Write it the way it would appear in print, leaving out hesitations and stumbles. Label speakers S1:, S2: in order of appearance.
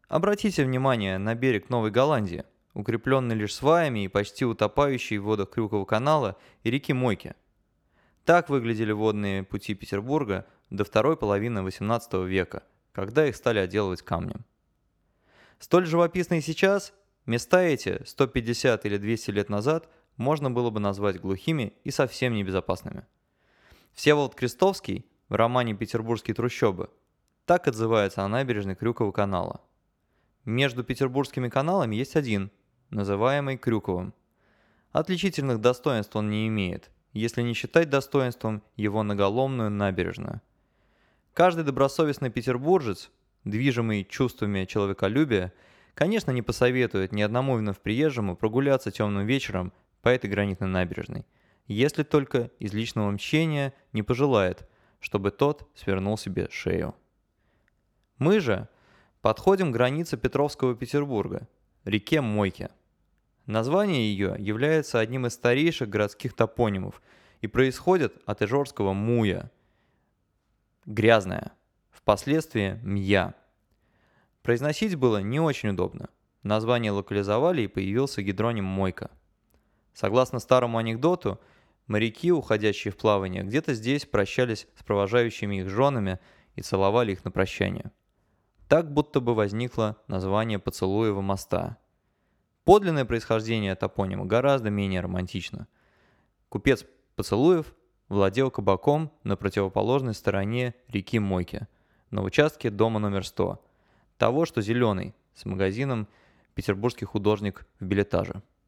S1: Обратите внимание на берег Новой Голландии, укрепленный лишь сваями и почти утопающий в водах Крюкового канала и реки Мойки. Так выглядели водные пути Петербурга до второй половины XVIII века, когда их стали отделывать камнем. Столь живописные сейчас, места эти 150 или 200 лет назад можно было бы назвать глухими и совсем небезопасными. Всеволод Крестовский в романе «Петербургские трущобы» так отзывается о набережной Крюкового канала. Между петербургскими каналами есть один, называемый Крюковым. Отличительных достоинств он не имеет, если не считать достоинством его наголомную набережную. Каждый добросовестный петербуржец, движимый чувствами человеколюбия, конечно, не посоветует ни одному вновь приезжему прогуляться темным вечером по этой гранитной набережной, если только из личного мщения не пожелает, чтобы тот свернул себе шею. Мы же подходим к границе Петровского Петербурга, реке Мойке. Название ее является одним из старейших городских топонимов и происходит от ижорского «муя» – «грязная», впоследствии «мья». Произносить было не очень удобно. Название локализовали и появился гидроним «Мойка». Согласно старому анекдоту, моряки, уходящие в плавание, где-то здесь прощались с провожающими их женами и целовали их на прощание. Так будто бы возникло название Поцелуева моста. Подлинное происхождение топонима гораздо менее романтично. Купец Поцелуев владел кабаком на противоположной стороне реки Мойки, на участке дома номер 100, того, что зеленый, с магазином «Петербургский художник» в билетаже.